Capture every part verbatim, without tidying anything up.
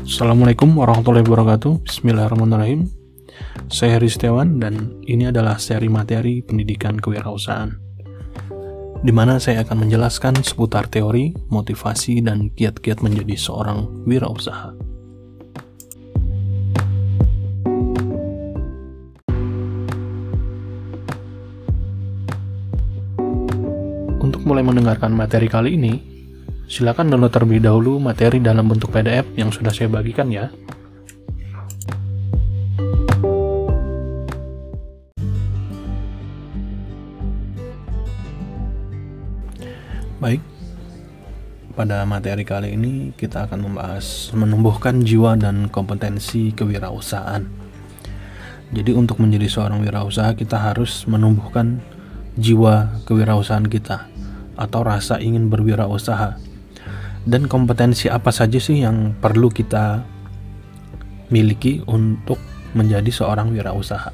Assalamualaikum warahmatullahi wabarakatuh. Bismillahirrahmanirrahim. Saya Heri Setiawan dan ini adalah seri materi pendidikan kewirausahaan, di mana saya akan menjelaskan seputar teori, motivasi, dan kiat-kiat menjadi seorang wirausaha. Untuk mulai mendengarkan materi kali ini, silakan download terlebih dahulu materi dalam bentuk P D F yang sudah saya bagikan ya. Baik, pada materi kali ini kita akan membahas menumbuhkan jiwa dan kompetensi kewirausahaan. Jadi untuk menjadi seorang wirausaha kita harus menumbuhkan jiwa kewirausahaan kita atau rasa ingin berwirausaha. Dan kompetensi apa saja sih yang perlu kita miliki untuk menjadi seorang wirausaha?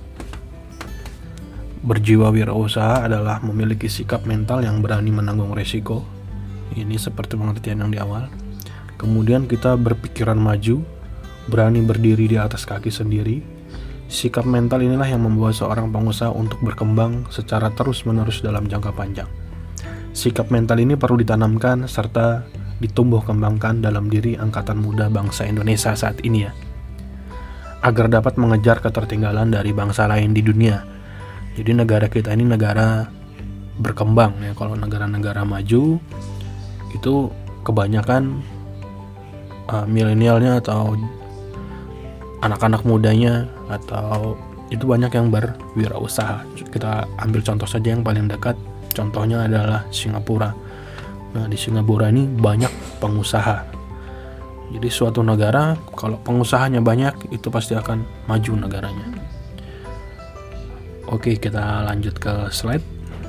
Berjiwa wirausaha adalah memiliki sikap mental yang berani menanggung resiko. Ini seperti pengertian yang di awal. Kemudian kita berpikiran maju, berani berdiri di atas kaki sendiri. Sikap mental inilah yang membawa seorang pengusaha untuk berkembang secara terus-menerus dalam jangka panjang. Sikap mental ini perlu ditanamkan serta ditumbuh kembangkan dalam diri angkatan muda bangsa Indonesia saat ini ya, agar dapat mengejar ketertinggalan dari bangsa lain di dunia. Jadi negara kita ini negara berkembang ya. Kalau negara-negara maju itu kebanyakan uh, milenialnya atau anak-anak mudanya atau itu banyak yang berwirausaha. Kita ambil contoh saja yang paling dekat, contohnya adalah Singapura. Nah, di Singapura ini banyak pengusaha. Jadi suatu negara kalau pengusahanya banyak, itu pasti akan maju negaranya. Oke, kita lanjut ke slide.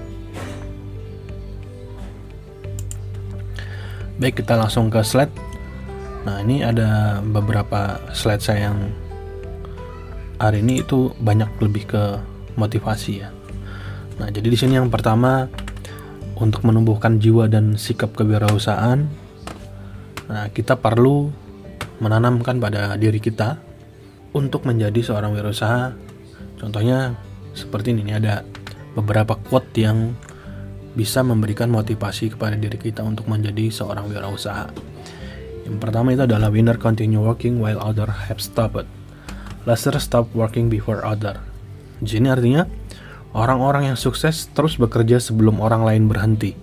Baik, kita langsung ke slide. Nah, ini ada beberapa slide saya yang hari ini itu banyak lebih ke motivasi ya. Nah, jadi di sini yang pertama, untuk menumbuhkan jiwa dan sikap kewirausahaan, nah kita perlu menanamkan pada diri kita untuk menjadi seorang wirausaha. Contohnya seperti ini, ini ada beberapa quote yang bisa memberikan motivasi kepada diri kita untuk menjadi seorang wirausaha. Yang pertama itu adalah winner continue working while other have stopped. Loser stop working before other. Jadi artinya orang-orang yang sukses terus bekerja sebelum orang lain berhenti.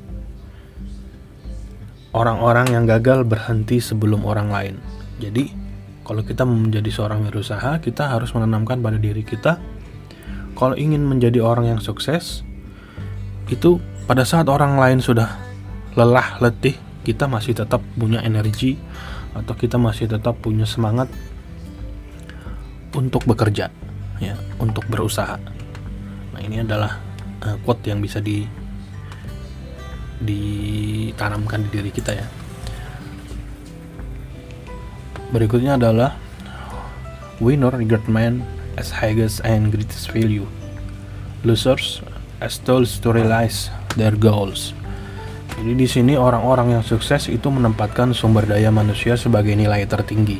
Orang-orang yang gagal berhenti sebelum orang lain. Jadi, kalau kita menjadi seorang wirausaha, kita harus menanamkan pada diri kita, kalau ingin menjadi orang yang sukses, itu pada saat orang lain sudah lelah, letih, kita masih tetap punya energi, atau kita masih tetap punya semangat untuk bekerja, ya, untuk berusaha. Nah, ini adalah uh, quote yang bisa di ditanamkan di diri kita ya. Berikutnya adalah winner regard man as highest and greatest value. Losers as tools to realize their goals. Jadi di sini orang-orang yang sukses itu menempatkan sumber daya manusia sebagai nilai tertinggi.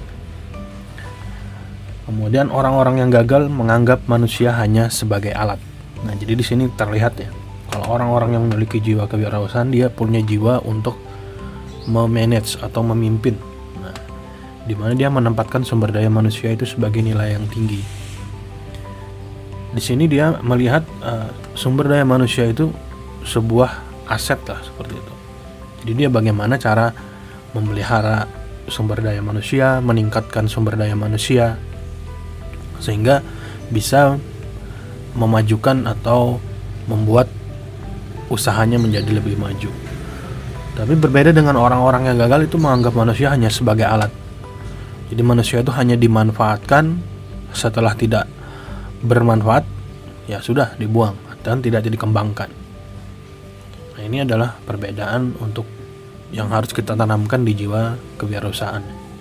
Kemudian orang-orang yang gagal menganggap manusia hanya sebagai alat. Nah, jadi di sini terlihat ya, kalau orang-orang yang memiliki jiwa kewirausahaan, dia punya jiwa untuk memanage atau memimpin. Nah, di mana dia menempatkan sumber daya manusia itu sebagai nilai yang tinggi. Di sini dia melihat uh, sumber daya manusia itu sebuah aset lah, seperti itu. Jadi dia bagaimana cara memelihara sumber daya manusia, meningkatkan sumber daya manusia, sehingga bisa memajukan atau membuat usahanya menjadi lebih maju. Tapi berbeda dengan orang-orang yang gagal itu menganggap manusia hanya sebagai alat. Jadi manusia itu hanya dimanfaatkan, setelah tidak bermanfaat ya sudah dibuang dan tidak dikembangkan. Nah, ini adalah perbedaan untuk yang harus kita tanamkan di jiwa kewirausahaan.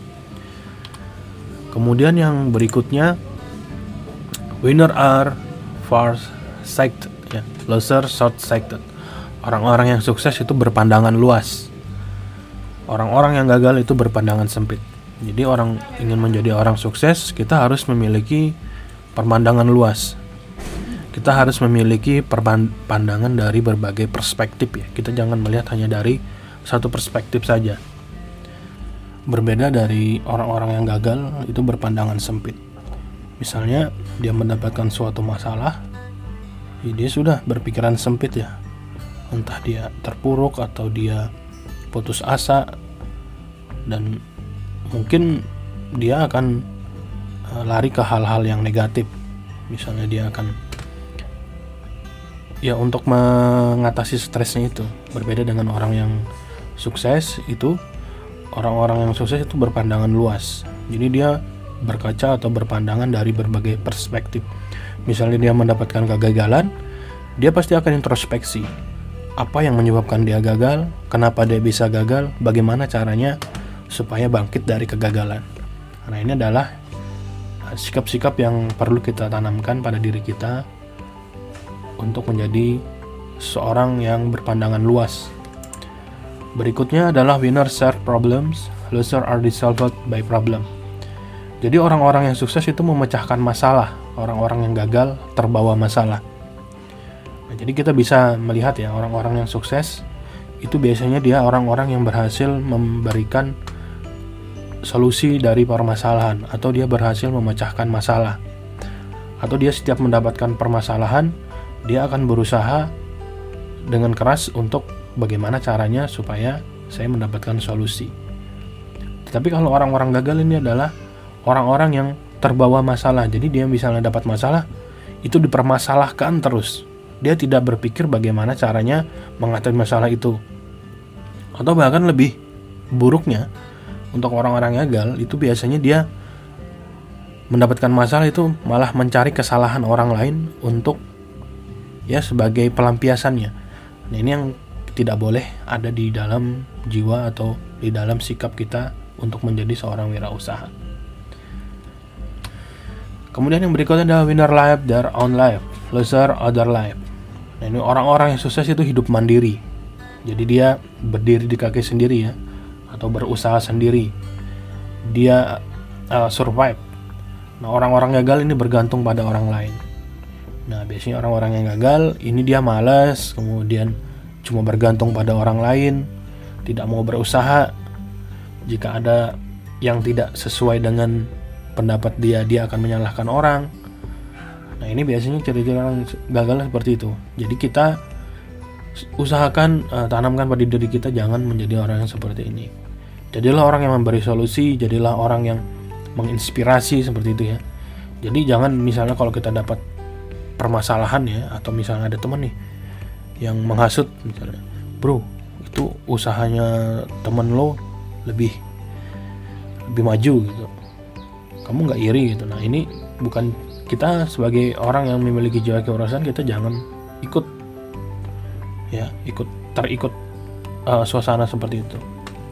Kemudian yang berikutnya, winner are far-sighted, ya, loser short-sighted. Orang-orang yang sukses itu berpandangan luas. Orang-orang yang gagal itu berpandangan sempit. Jadi orang ingin menjadi orang sukses, kita harus memiliki pemandangan luas. Kita harus memiliki pandangan dari berbagai perspektif ya. Kita jangan melihat hanya dari satu perspektif saja. Berbeda dari orang-orang yang gagal itu berpandangan sempit. Misalnya dia mendapatkan suatu masalah, ya dia sudah berpikiran sempit ya. Entah dia terpuruk atau dia putus asa, dan mungkin dia akan lari ke hal-hal yang negatif. Misalnya dia akan ya untuk mengatasi stresnya itu. Berbeda dengan orang yang sukses itu, orang-orang yang sukses itu berpandangan luas. Jadi dia berkaca atau berpandangan dari berbagai perspektif. Misalnya dia mendapatkan kegagalan, dia pasti akan introspeksi. Apa yang menyebabkan dia gagal? Kenapa dia bisa gagal? Bagaimana caranya supaya bangkit dari kegagalan? Nah, ini adalah sikap-sikap yang perlu kita tanamkan pada diri kita untuk menjadi seorang yang berpandangan luas. Berikutnya adalah winner serve problems, loser are dissolved by problem. Jadi orang-orang yang sukses itu memecahkan masalah, orang-orang yang gagal terbawa masalah. Nah, jadi kita bisa melihat ya, orang-orang yang sukses itu biasanya dia orang-orang yang berhasil memberikan solusi dari permasalahan, atau dia berhasil memecahkan masalah, atau dia setiap mendapatkan permasalahan dia akan berusaha dengan keras untuk bagaimana caranya supaya saya mendapatkan solusi. Tetapi kalau orang-orang gagal ini adalah orang-orang yang terbawa masalah. Jadi dia misalnya dapat masalah, itu dipermasalahkan terus. Dia tidak berpikir bagaimana caranya mengatasi masalah itu. Atau bahkan lebih buruknya, untuk orang-orang gagal itu biasanya dia mendapatkan masalah itu malah mencari kesalahan orang lain untuk ya sebagai pelampiasannya. Nah, ini yang tidak boleh ada di dalam jiwa atau di dalam sikap kita untuk menjadi seorang wirausaha. Kemudian yang berikutnya adalah winner life their own life, loser other life. Nah, ini orang-orang yang sukses itu hidup mandiri. Jadi dia berdiri di kaki sendiri ya, atau berusaha sendiri. Dia uh, survive. Nah, orang-orang gagal ini bergantung pada orang lain. Nah, biasanya orang-orang yang gagal ini dia malas, kemudian cuma bergantung pada orang lain, tidak mau berusaha. Jika ada yang tidak sesuai dengan pendapat dia, dia akan menyalahkan orang. Nah, ini biasanya ciri-ciri orang gagal seperti itu. Jadi kita usahakan uh, tanamkan pada diri kita jangan menjadi orang yang seperti ini. Jadilah orang yang memberi solusi, jadilah orang yang menginspirasi seperti itu ya. Jadi jangan misalnya kalau kita dapat permasalahan ya, atau misalnya ada teman nih yang menghasut misalnya, bro itu usahanya temen lo lebih lebih maju gitu, kamu nggak iri gitu. Nah, ini bukan, kita sebagai orang yang memiliki jiwa kewirausahaan, kita jangan ikut ya ikut terikut uh, suasana seperti itu.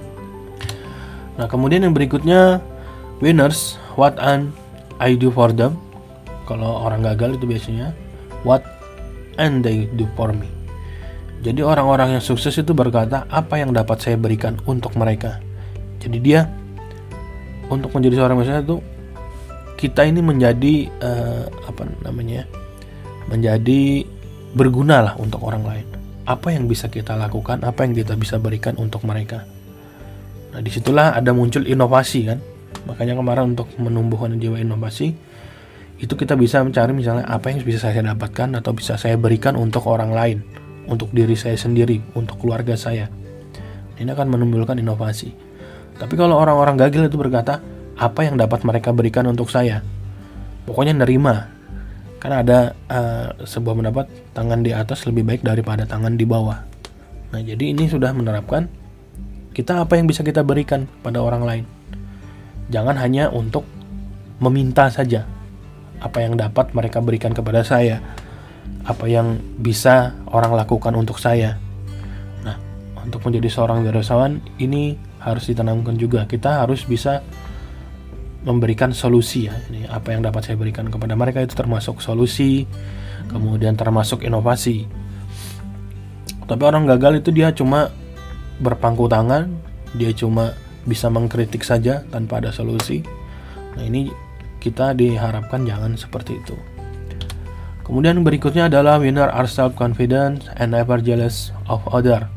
Nah, kemudian yang berikutnya winners what and I do for them. Kalau orang gagal itu biasanya what and they do for me. Jadi orang-orang yang sukses itu berkata, apa yang dapat saya berikan untuk mereka. Jadi dia untuk menjadi seorang sukses itu, kita ini menjadi uh, apa namanya menjadi berguna lah untuk orang lain. Apa yang bisa kita lakukan, apa yang kita bisa berikan untuk mereka. Nah, disitulah ada muncul inovasi kan. Makanya kemarin untuk menumbuhkan jiwa inovasi itu kita bisa mencari misalnya apa yang bisa saya dapatkan atau bisa saya berikan untuk orang lain, untuk diri saya sendiri, untuk keluarga saya. Ini akan menimbulkan inovasi. Tapi kalau orang-orang gagal itu berkata, apa yang dapat mereka berikan untuk saya? Pokoknya nerima. Karena ada uh, sebuah pendapat, tangan di atas lebih baik daripada tangan di bawah. Nah, jadi ini sudah menerapkan kita apa yang bisa kita berikan pada orang lain. Jangan hanya untuk meminta saja apa yang dapat mereka berikan kepada saya, apa yang bisa orang lakukan untuk saya. Nah, untuk menjadi seorang wirausahawan ini harus ditanamkan juga. Kita harus bisa memberikan solusi ya. Ini apa yang dapat saya berikan kepada mereka itu termasuk solusi, kemudian termasuk inovasi. Tapi orang gagal itu dia cuma berpangku tangan, dia cuma bisa mengkritik saja tanpa ada solusi. Nah, ini kita diharapkan jangan seperti itu. Kemudian berikutnya adalah winner are self-confident and never jealous of other.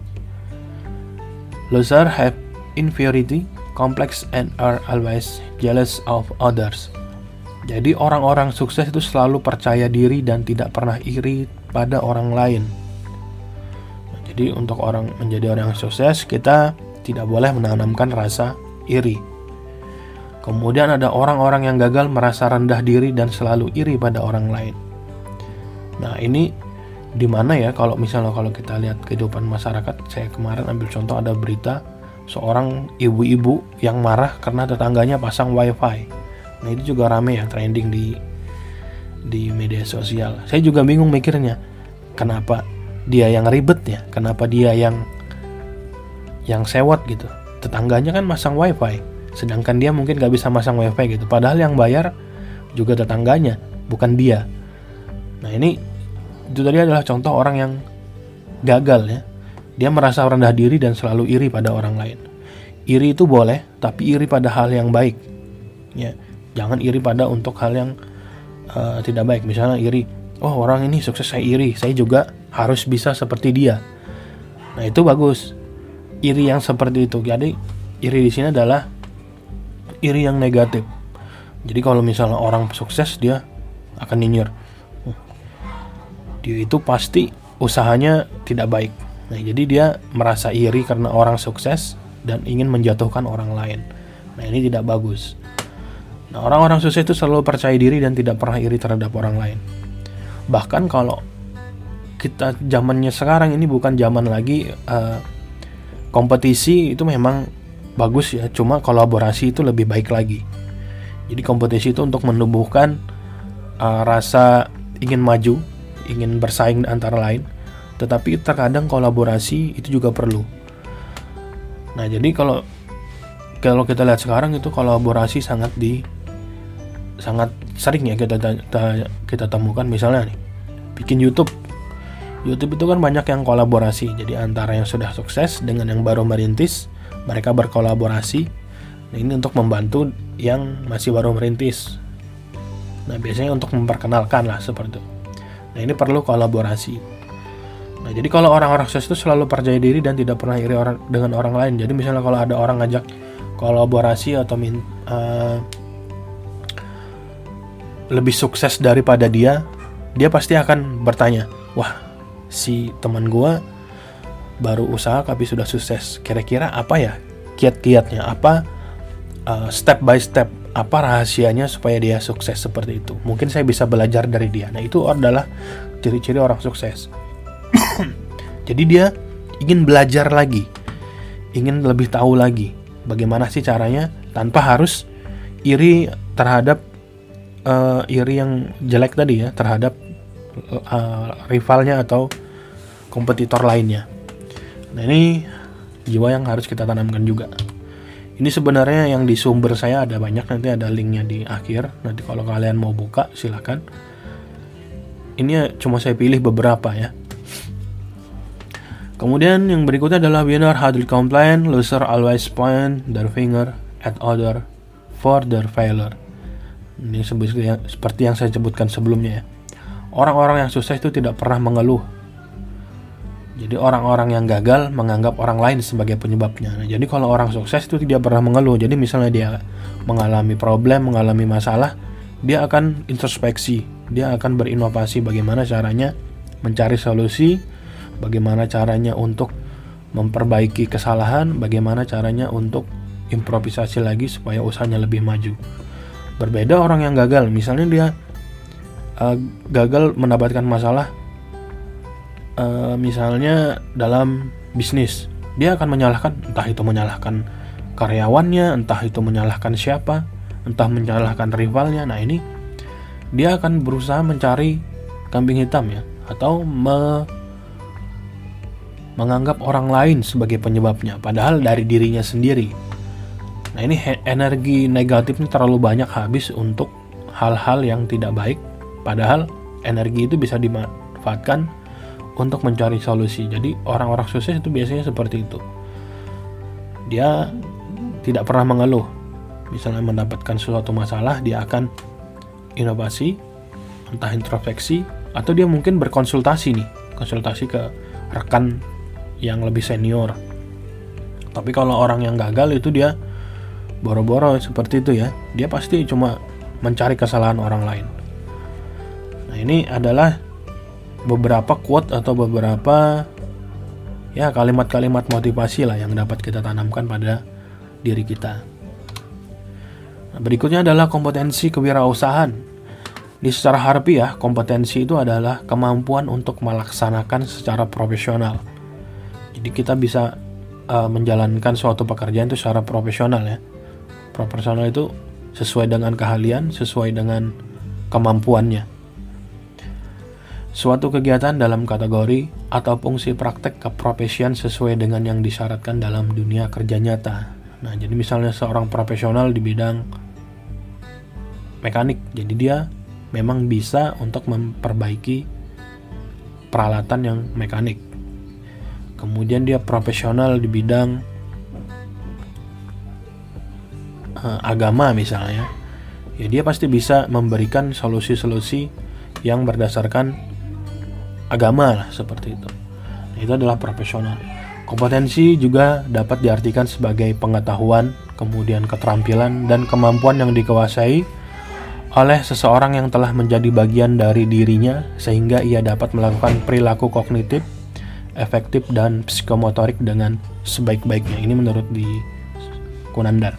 Loser have inferiority complex and are always jealous of others. Jadi orang-orang sukses itu selalu percaya diri dan tidak pernah iri pada orang lain. Nah, jadi untuk orang menjadi orang yang sukses, kita tidak boleh menanamkan rasa iri. Kemudian ada orang-orang yang gagal merasa rendah diri dan selalu iri pada orang lain. Nah, ini di mana ya kalau misalnya kalau kita lihat kehidupan masyarakat, saya kemarin ambil contoh ada berita seorang ibu-ibu yang marah karena tetangganya pasang wifi. Nah, itu juga rame ya trending di di media sosial. Saya juga bingung mikirnya, kenapa dia yang ribet ya? Kenapa dia yang yang sewot gitu? Tetangganya kan masang wifi, sedangkan dia mungkin gak bisa masang wifi gitu. Padahal yang bayar juga tetangganya, bukan dia. Nah, ini itu tadi adalah contoh orang yang gagal ya. Dia merasa rendah diri dan selalu iri pada orang lain. Iri itu boleh, tapi iri pada hal yang baik. Ya, jangan iri pada untuk hal yang uh, tidak baik. Misalnya iri, oh orang ini sukses saya iri, saya juga harus bisa seperti dia. Nah, itu bagus. Iri yang seperti itu. Jadi iri di sini adalah iri yang negatif. Jadi kalau misalnya orang sukses, dia akan nyinyir, dia itu pasti usahanya tidak baik. Nah, jadi dia merasa iri karena orang sukses dan ingin menjatuhkan orang lain. Nah, ini tidak bagus. Nah, orang-orang sukses itu selalu percaya diri dan tidak pernah iri terhadap orang lain. Bahkan kalau kita zamannya sekarang ini bukan zaman lagi uh, kompetisi, itu memang bagus ya, cuma kolaborasi itu lebih baik lagi. Jadi kompetisi itu untuk menumbuhkan uh, rasa ingin maju, ingin bersaing antara lain, tetapi terkadang kolaborasi itu juga perlu. Nah, jadi kalau kalau kita lihat sekarang itu kolaborasi sangat di sangat sering ya kita kita, kita temukan. Misalnya nih, bikin YouTube. YouTube itu kan banyak yang kolaborasi. Jadi antara yang sudah sukses dengan yang baru merintis, mereka berkolaborasi. Nah, ini untuk membantu yang masih baru merintis. Nah, biasanya untuk memperkenalkan lah seperti itu. Nah, ini perlu kolaborasi. Nah, jadi kalau orang-orang sukses itu selalu percaya diri dan tidak pernah iri orang dengan orang lain. Jadi misalnya kalau ada orang ngajak kolaborasi atau min, uh, lebih sukses daripada dia, dia pasti akan bertanya, wah, si teman gua baru usaha tapi sudah sukses. Kira-kira apa ya kiat-kiatnya? Apa uh, step by step? Apa rahasianya supaya dia sukses seperti itu? Mungkin saya bisa belajar dari dia. Nah, itu adalah ciri-ciri orang sukses. Jadi dia ingin belajar lagi, ingin lebih tahu lagi bagaimana sih caranya tanpa harus iri terhadap uh, iri yang jelek tadi ya, terhadap uh, rivalnya atau kompetitor lainnya. Nah, ini jiwa yang harus kita tanamkan juga. Ini sebenarnya yang di sumber saya ada banyak, nanti ada linknya di akhir. Nanti kalau kalian mau buka silakan. Ini cuma saya pilih beberapa ya. Kemudian yang berikutnya adalah winner hardly complain, loser always point their finger at other for their failure. Ini seperti yang saya sebutkan sebelumnya ya. Orang-orang yang sukses itu tidak pernah mengeluh. Jadi orang-orang yang gagal menganggap orang lain sebagai penyebabnya. Nah, jadi kalau orang sukses itu tidak pernah mengeluh. Jadi misalnya dia mengalami problem, mengalami masalah, dia akan introspeksi, dia akan berinovasi bagaimana caranya mencari solusi, bagaimana caranya untuk memperbaiki kesalahan, bagaimana caranya untuk improvisasi lagi supaya usahanya lebih maju. Berbeda orang yang gagal, misalnya dia uh, gagal mendapatkan masalah, Uh, misalnya dalam bisnis, dia akan menyalahkan, entah itu menyalahkan karyawannya, entah itu menyalahkan siapa, entah menyalahkan rivalnya. Nah, ini dia akan berusaha mencari kambing hitam ya, atau me- menganggap orang lain sebagai penyebabnya, padahal dari dirinya sendiri. Nah, ini he- energi negatifnya terlalu banyak habis untuk hal-hal yang tidak baik, padahal energi itu bisa dimanfaatkan untuk mencari solusi. Jadi orang-orang sukses itu biasanya seperti itu. Dia tidak pernah mengeluh. Misalnya mendapatkan suatu masalah, dia akan inovasi, entah introspeksi, atau dia mungkin berkonsultasi nih, konsultasi ke rekan yang lebih senior. Tapi kalau orang yang gagal itu dia boro-boro seperti itu ya, dia pasti cuma mencari kesalahan orang lain. Nah, ini adalah beberapa quote atau beberapa ya kalimat-kalimat motivasi lah yang dapat kita tanamkan pada diri kita. Nah, berikutnya adalah kompetensi kewirausahaan. Di secara harfiah, kompetensi itu adalah kemampuan untuk melaksanakan secara profesional. Jadi kita bisa uh, menjalankan suatu pekerjaan itu secara profesional ya. Profesional itu sesuai dengan keahlian, sesuai dengan kemampuannya. Suatu kegiatan dalam kategori atau fungsi praktek keprofesian sesuai dengan yang disyaratkan dalam dunia kerja nyata. Nah, jadi misalnya seorang profesional di bidang mekanik, jadi dia memang bisa untuk memperbaiki peralatan yang mekanik. Kemudian dia profesional di bidang uh, agama misalnya, ya dia pasti bisa memberikan solusi-solusi yang berdasarkan agama lah, seperti itu. Nah, itu adalah profesional. Kompetensi juga dapat diartikan sebagai pengetahuan, kemudian keterampilan dan kemampuan yang dikuasai oleh seseorang yang telah menjadi bagian dari dirinya sehingga ia dapat melakukan perilaku kognitif, efektif dan psikomotorik dengan sebaik-baiknya. Ini menurut di Kunandar.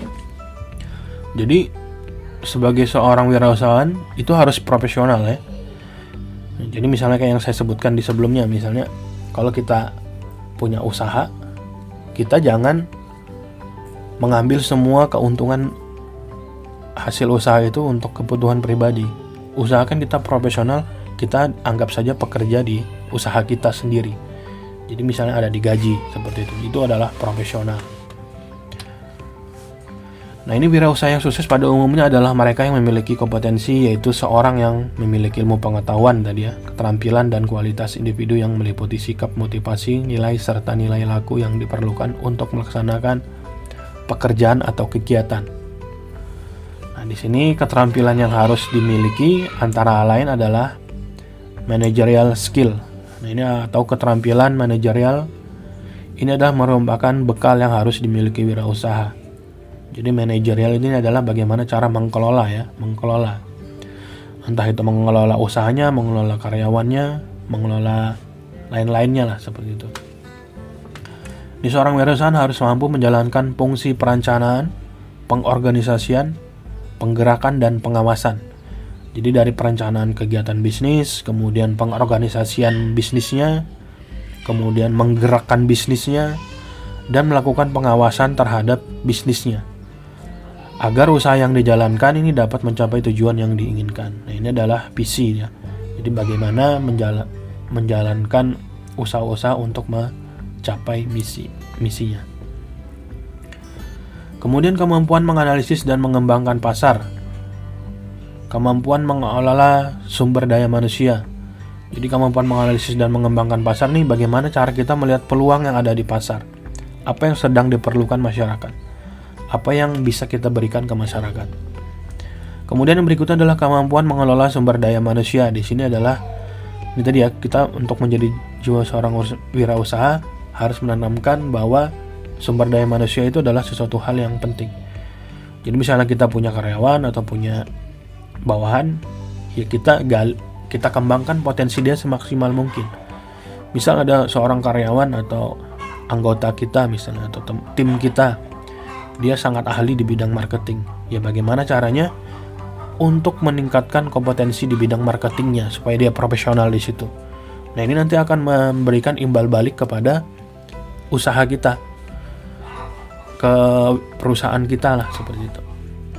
Jadi sebagai seorang wirausahawan itu harus profesional ya. Jadi misalnya kayak yang saya sebutkan di sebelumnya, misalnya kalau kita punya usaha, kita jangan mengambil semua keuntungan hasil usaha itu untuk kebutuhan pribadi. Usahakan kita profesional, kita anggap saja pekerja di usaha kita sendiri. Jadi misalnya ada digaji seperti itu, itu adalah profesional. Nah, ini wirausaha yang sukses pada umumnya adalah mereka yang memiliki kompetensi, yaitu seorang yang memiliki ilmu pengetahuan tadi ya, keterampilan dan kualitas individu yang meliputi sikap, motivasi, nilai serta nilai laku yang diperlukan untuk melaksanakan pekerjaan atau kegiatan. Nah, di sini keterampilan yang harus dimiliki antara lain adalah managerial skill. Nah, ini atau keterampilan manajerial ini adalah merupakan bekal yang harus dimiliki wirausaha. Jadi manajerial ini adalah bagaimana cara mengelola ya, mengelola. Entah itu mengelola usahanya, mengelola karyawannya, mengelola lain-lainnya lah seperti itu. Di seorang wirausaha harus mampu menjalankan fungsi perencanaan, pengorganisasian, penggerakan dan pengawasan. Jadi dari perencanaan kegiatan bisnis, kemudian pengorganisasian bisnisnya, kemudian menggerakkan bisnisnya, dan melakukan pengawasan terhadap bisnisnya agar usaha yang dijalankan ini dapat mencapai tujuan yang diinginkan. Nah, ini adalah visi ya. Jadi bagaimana menjala, menjalankan usaha-usaha untuk mencapai misi misinya. Kemudian kemampuan menganalisis dan mengembangkan pasar. Kemampuan mengelola sumber daya manusia. Jadi kemampuan menganalisis dan mengembangkan pasar nih, bagaimana cara kita melihat peluang yang ada di pasar. Apa yang sedang diperlukan masyarakat. Apa yang bisa kita berikan ke masyarakat. Kemudian yang berikutnya adalah kemampuan mengelola sumber daya manusia. Di sini adalah ini tadi ya, kita untuk menjadi jiwa seorang wirausaha harus menanamkan bahwa sumber daya manusia itu adalah sesuatu hal yang penting. Jadi misalnya kita punya karyawan atau punya bawahan, ya kita gal, kita kembangkan potensi dia semaksimal mungkin. Misal ada seorang karyawan atau anggota kita misalnya atau tim kita, dia sangat ahli di bidang marketing. Ya bagaimana caranya untuk meningkatkan kompetensi di bidang marketingnya supaya dia profesional di situ. Nah, ini nanti akan memberikan imbal balik kepada usaha kita, ke perusahaan kita lah seperti itu.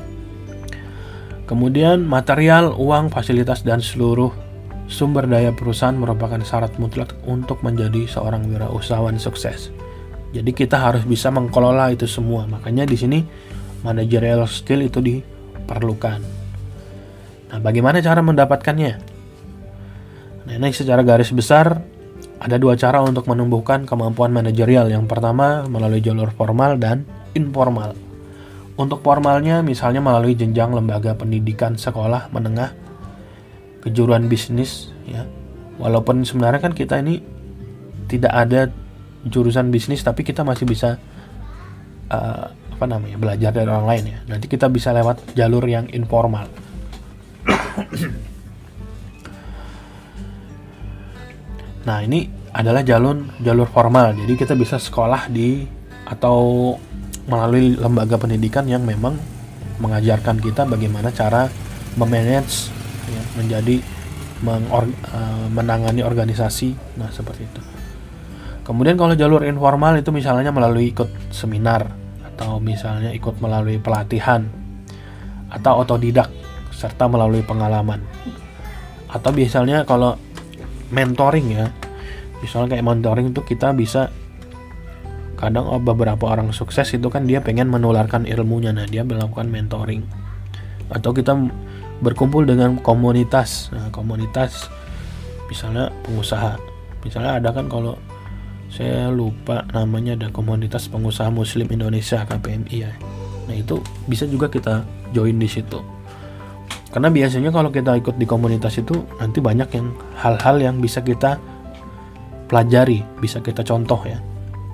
Kemudian material, uang, fasilitas dan seluruh sumber daya perusahaan merupakan syarat mutlak untuk menjadi seorang wirausahawan sukses. Jadi kita harus bisa mengelola itu semua. Makanya di sini managerial skill itu diperlukan. Nah, bagaimana cara mendapatkannya? Nah, ini secara garis besar ada dua cara untuk menumbuhkan kemampuan manajerial. Yang pertama melalui jalur formal dan informal. Untuk formalnya misalnya melalui jenjang lembaga pendidikan sekolah menengah, kejuruan bisnis ya. Walaupun sebenarnya kan kita ini tidak ada jurusan bisnis, tapi kita masih bisa uh, apa namanya belajar dari orang lain ya. Nanti kita bisa lewat jalur yang informal. Nah, ini adalah jalur jalur formal. Jadi kita bisa sekolah di atau melalui lembaga pendidikan yang memang mengajarkan kita bagaimana cara memanage ya, menjadi mengor, uh, menangani organisasi. Nah, seperti itu. Kemudian kalau jalur informal itu misalnya melalui ikut seminar atau misalnya ikut melalui pelatihan atau otodidak serta melalui pengalaman. Atau misalnya kalau mentoring ya, misalnya kayak mentoring itu kita bisa kadang oh, beberapa orang sukses itu kan dia pengen menularkan ilmunya, nah dia melakukan mentoring. Atau kita berkumpul dengan komunitas, nah komunitas misalnya pengusaha, misalnya ada kan kalau saya lupa namanya, ada komunitas pengusaha Muslim Indonesia K P M I ya. Nah itu bisa juga kita join di situ. Karena biasanya kalau kita ikut di komunitas itu nanti banyak yang hal-hal yang bisa kita pelajari, bisa kita contoh ya.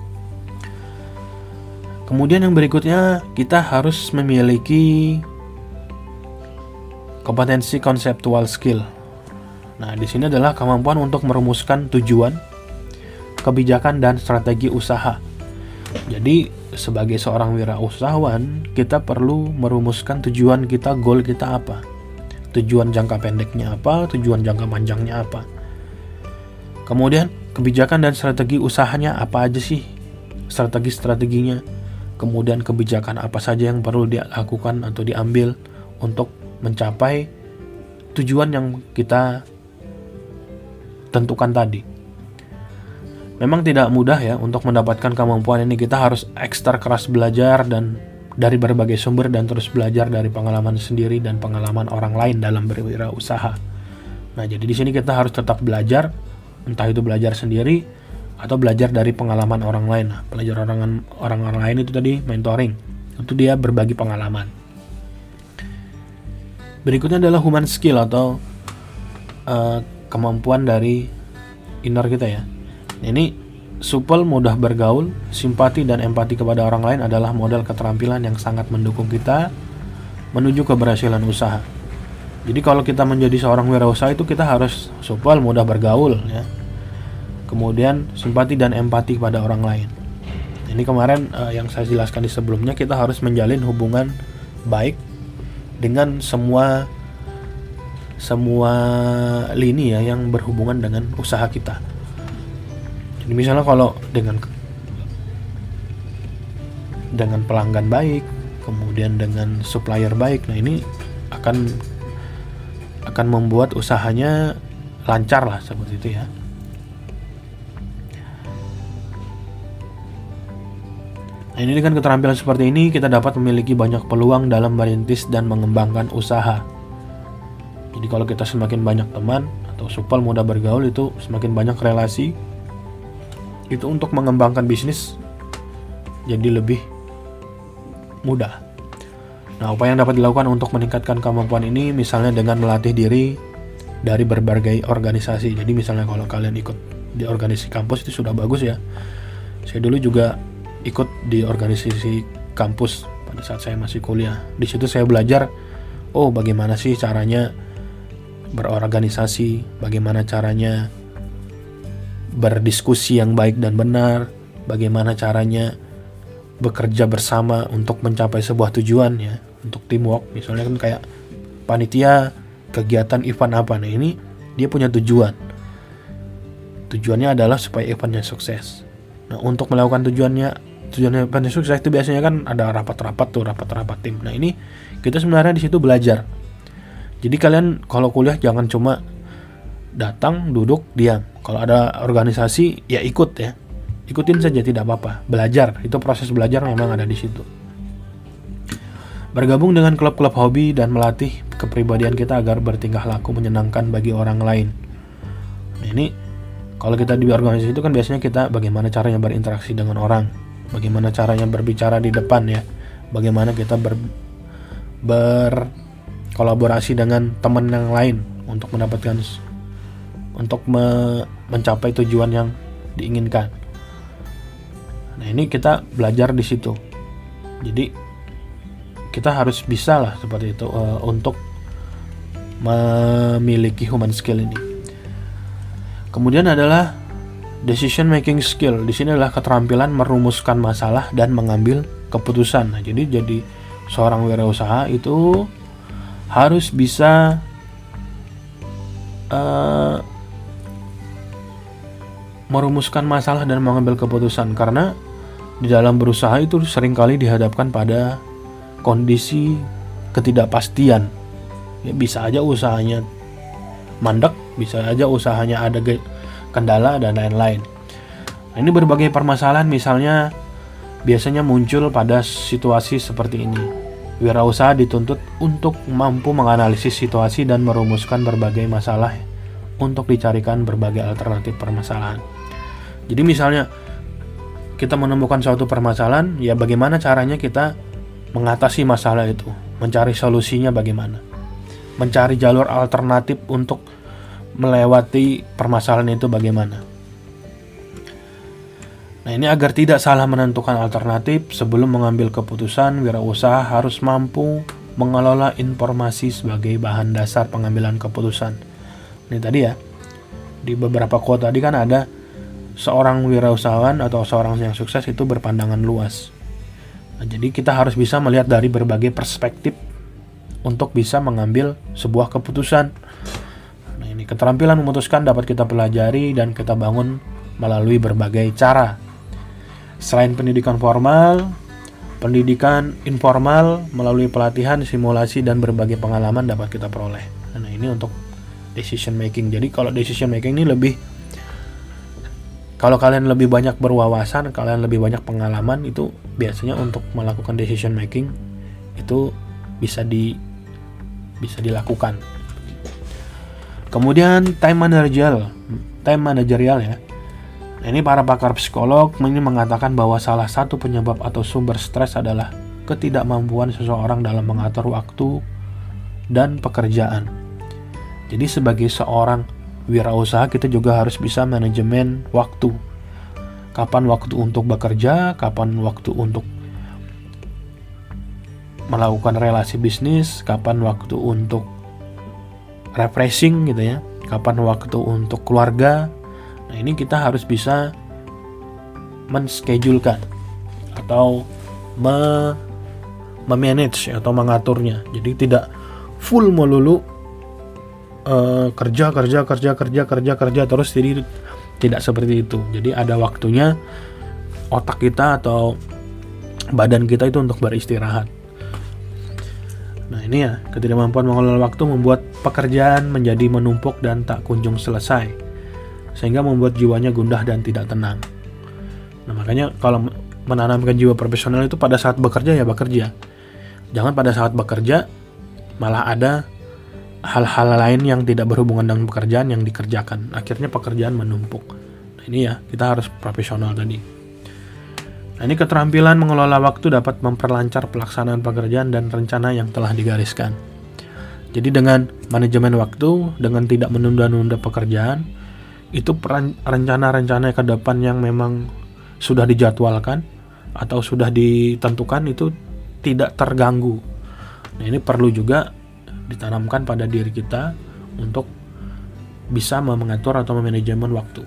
Kemudian yang berikutnya kita harus memiliki kompetensi konseptual skill. Nah, di sini adalah kemampuan untuk merumuskan tujuan, kebijakan dan strategi usaha. Jadi sebagai seorang wirausahawan kita perlu merumuskan tujuan kita, goal kita apa. Tujuan jangka pendeknya apa, tujuan jangka panjangnya apa. Kemudian kebijakan dan strategi usahanya apa aja sih, strategi-strateginya. Kemudian kebijakan apa saja yang perlu dilakukan atau diambil untuk mencapai tujuan yang kita tentukan tadi. Memang tidak mudah ya untuk mendapatkan kemampuan ini, kita harus ekstra keras belajar dan dari berbagai sumber dan terus belajar dari pengalaman sendiri dan pengalaman orang lain dalam berwirausaha. Nah, jadi di sini kita harus tetap belajar, entah itu belajar sendiri atau belajar dari pengalaman orang lain. Nah, belajar orang orang lain itu tadi mentoring. Itu dia berbagi pengalaman. Berikutnya adalah human skill atau uh, kemampuan dari inner kita ya. Ini supel, mudah bergaul, simpati dan empati kepada orang lain adalah model keterampilan yang sangat mendukung kita menuju keberhasilan usaha. Jadi kalau kita menjadi seorang wirausaha itu kita harus supel, mudah bergaul ya. Kemudian simpati dan empati kepada orang lain. Ini kemarin uh, yang saya jelaskan di sebelumnya, kita harus menjalin hubungan baik dengan semua semua lini ya yang berhubungan dengan usaha kita. Jadi misalnya kalau dengan dengan pelanggan baik, kemudian dengan supplier baik, nah ini akan akan membuat usahanya lancar lah seperti itu ya. Nah, ini dengan keterampilan seperti ini kita dapat memiliki banyak peluang dalam merintis dan mengembangkan usaha. Jadi kalau kita semakin banyak teman atau supel, mudah bergaul, itu semakin banyak relasi, itu untuk mengembangkan bisnis jadi lebih mudah. Nah, apa yang dapat dilakukan untuk meningkatkan kemampuan ini misalnya dengan melatih diri dari berbagai organisasi. Jadi misalnya kalau kalian ikut di organisasi kampus itu sudah bagus ya. Saya dulu juga ikut di organisasi kampus pada saat saya masih kuliah. Di situ saya belajar, oh bagaimana sih caranya berorganisasi, bagaimana caranya berdiskusi yang baik dan benar, bagaimana caranya bekerja bersama untuk mencapai sebuah tujuan ya, untuk teamwork. Misalnya kan kayak panitia kegiatan event apa, nah ini dia punya tujuan. Tujuannya adalah supaya eventnya sukses. Nah, untuk melakukan tujuannya, tujuannya eventnya sukses itu biasanya kan ada rapat-rapat tuh, rapat-rapat tim. Nah, ini kita sebenarnya di situ belajar. Jadi kalian kalau kuliah jangan cuma datang, duduk, diam. Kalau ada organisasi ya ikut ya. Ikutin saja, tidak apa-apa. Belajar, itu proses belajar memang ada di situ. Bergabung dengan klub-klub hobi dan melatih kepribadian kita agar bertingkah laku menyenangkan bagi orang lain. Nah, ini kalau kita di organisasi itu kan biasanya kita bagaimana caranya berinteraksi dengan orang. bagaimana caranya berbicara di depan ya, bagaimana kita ber, berkolaborasi dengan teman yang lain untuk mendapatkan untuk me, mencapai tujuan yang diinginkan. Nah, ini kita belajar di situ. Jadi kita harus bisa lah seperti itu uh, untuk memiliki human skill ini. Kemudian adalah decision making skill. Di sini adalah keterampilan merumuskan masalah dan mengambil keputusan. Nah, jadi jadi seorang wirausaha itu harus bisa uh, merumuskan masalah dan mengambil keputusan, karena di dalam berusaha itu seringkali dihadapkan pada kondisi ketidakpastian. Ya, bisa aja usahanya mandek, bisa aja usahanya ada kendala dan lain-lain. Nah, ini berbagai permasalahan misalnya biasanya muncul pada situasi seperti ini. Wirausaha dituntut untuk mampu menganalisis situasi dan merumuskan berbagai masalah untuk dicarikan berbagai alternatif permasalahan. Jadi misalnya kita menemukan suatu permasalahan, ya bagaimana caranya kita mengatasi masalah itu, mencari solusinya bagaimana, mencari jalur alternatif untuk melewati permasalahan itu bagaimana. Nah, ini agar tidak salah menentukan alternatif sebelum mengambil keputusan, wirausaha harus mampu mengelola informasi sebagai bahan dasar pengambilan keputusan. Ini tadi ya, di beberapa quote tadi kan ada seorang wirausahawan atau seorang yang sukses itu berpandangan luas. Nah, jadi kita harus bisa melihat dari berbagai perspektif untuk bisa mengambil sebuah keputusan. Nah, ini keterampilan memutuskan dapat kita pelajari dan kita bangun melalui berbagai cara. Selain pendidikan formal, pendidikan informal melalui pelatihan, simulasi, dan berbagai pengalaman dapat kita peroleh. Nah, ini untuk decision making. Jadi kalau decision making ini lebih, kalau kalian lebih banyak berwawasan, kalian lebih banyak pengalaman, itu biasanya untuk melakukan decision making itu bisa di bisa dilakukan. Kemudian time managerial, time managerial ya. Nah, ini para pakar psikolog ini mengatakan bahwa salah satu penyebab atau sumber stres adalah ketidakmampuan seseorang dalam mengatur waktu dan pekerjaan. Jadi sebagai seorang wirausaha kita juga harus bisa manajemen waktu. Kapan waktu untuk bekerja, kapan waktu untuk melakukan relasi bisnis, kapan waktu untuk refreshing gitu ya, kapan waktu untuk keluarga. Nah, ini kita harus bisa menschedulekan atau me memanage atau mengaturnya. Jadi tidak full melulu uh, kerja kerja kerja kerja kerja kerja terus, jadi tidak seperti itu. Jadi ada waktunya otak kita atau badan kita itu untuk beristirahat. Nah, ini ya, ketidakmampuan mengelola waktu membuat pekerjaan menjadi menumpuk dan tak kunjung selesai, sehingga membuat jiwanya gundah dan tidak tenang. Nah, makanya kalau menanamkan jiwa profesional itu pada saat bekerja ya bekerja. Jangan pada saat bekerja malah ada hal-hal lain yang tidak berhubungan dengan pekerjaan yang dikerjakan. Akhirnya pekerjaan menumpuk. Nah, ini ya, kita harus profesional tadi. Nah, ini keterampilan mengelola waktu dapat memperlancar pelaksanaan pekerjaan dan rencana yang telah digariskan. Jadi dengan manajemen waktu, dengan tidak menunda-nunda pekerjaan, itu rencana-rencana ke depan yang memang sudah dijadwalkan atau sudah ditentukan itu tidak terganggu. Nah, ini perlu juga ditanamkan pada diri kita untuk bisa mengatur atau memanajemen waktu.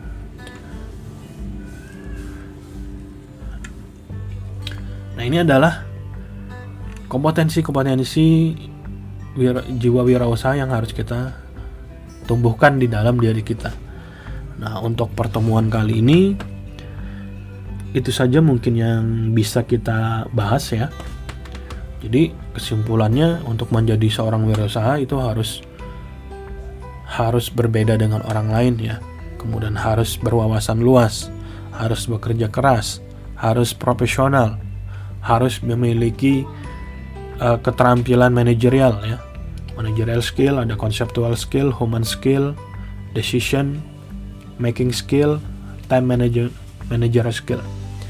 Nah, ini adalah kompetensi-kompetensi wira, jiwa wirausaha yang harus kita tumbuhkan di dalam diri kita. Nah, untuk pertemuan kali ini itu saja mungkin yang bisa kita bahas ya. Jadi kesimpulannya, untuk menjadi seorang wirausaha itu harus harus berbeda dengan orang lain ya. Kemudian harus berwawasan luas, harus bekerja keras, harus profesional, harus memiliki uh, keterampilan manajerial ya. Managerial skill, ada conceptual skill, human skill, decision making skill, time manager managerial skill.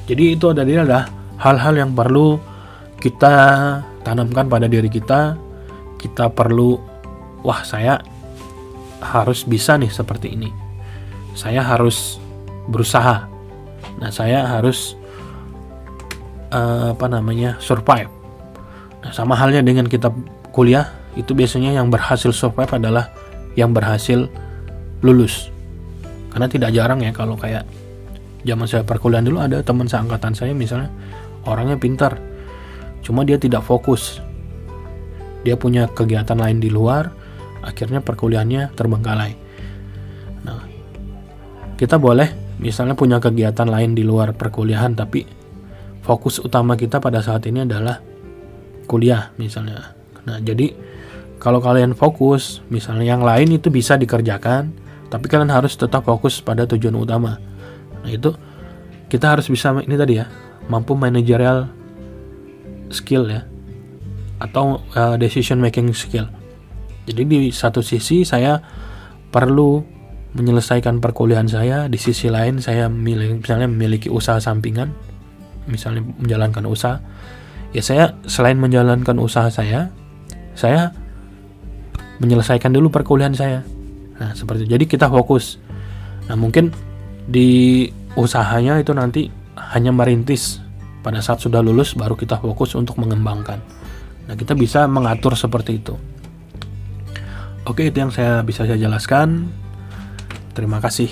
Jadi itu adalah hal-hal yang perlu kita tanamkan pada diri kita. Kita perlu, wah saya harus bisa nih seperti ini. Saya harus berusaha. Nah saya harus uh, apa namanya survive. Nah sama halnya dengan kita kuliah, itu biasanya yang berhasil survive adalah yang berhasil lulus. Karena tidak jarang ya kalau kayak zaman saya perkuliahan dulu ada teman seangkatan saya misalnya orangnya pintar, cuma dia tidak fokus. Dia punya kegiatan lain di luar, akhirnya perkuliahannya terbengkalai. Nah, kita boleh misalnya punya kegiatan lain di luar perkuliahan, tapi fokus utama kita pada saat ini adalah kuliah misalnya. Nah, jadi kalau kalian fokus, misalnya yang lain itu bisa dikerjakan, tapi kalian harus tetap fokus pada tujuan utama. Nah, itu kita harus bisa, ini tadi ya, mampu managerial skill ya, atau uh, decision making skill. Jadi di satu sisi saya perlu menyelesaikan perkuliahan saya, di sisi lain saya milih, misalnya memiliki usaha sampingan, misalnya menjalankan usaha. Ya saya selain menjalankan usaha saya, saya menyelesaikan dulu perkuliahan saya. Nah seperti itu. Jadi kita fokus. Nah mungkin di usahanya itu nanti hanya merintis, pada saat sudah lulus baru kita fokus untuk mengembangkan. Nah kita bisa mengatur seperti itu. Oke, itu yang saya bisa saya jelaskan. Terima kasih.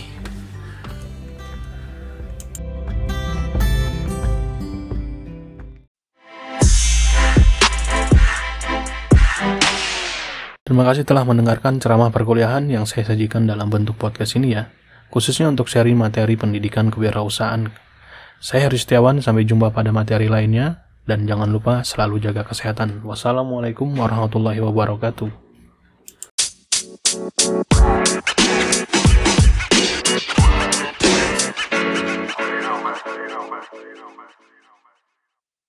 Terima kasih telah mendengarkan ceramah perkuliahan yang saya sajikan dalam bentuk podcast ini ya, khususnya untuk sharing materi pendidikan kewirausahaan. Saya Heri Setiawan, sampai jumpa pada materi lainnya, dan jangan lupa selalu jaga kesehatan. Wassalamualaikum warahmatullahi wabarakatuh.